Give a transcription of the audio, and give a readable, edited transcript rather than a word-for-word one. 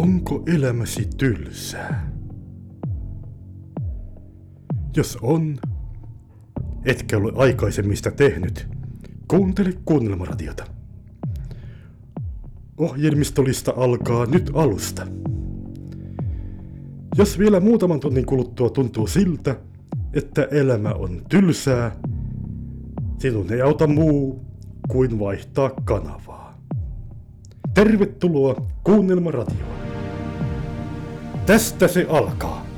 Onko elämäsi tylsää? Jos on, etkä ole aikaisemmin sitä tehnyt, kuuntele Kuunnelmaradiota. Ohjelmistolista alkaa nyt alusta. Jos vielä muutaman tunnin kuluttua tuntuu siltä, että elämä on tylsää, sinun ei auta muu kuin vaihtaa kanavaa. Tervetuloa Kuunnelmaradioon. Tästä se alkaa.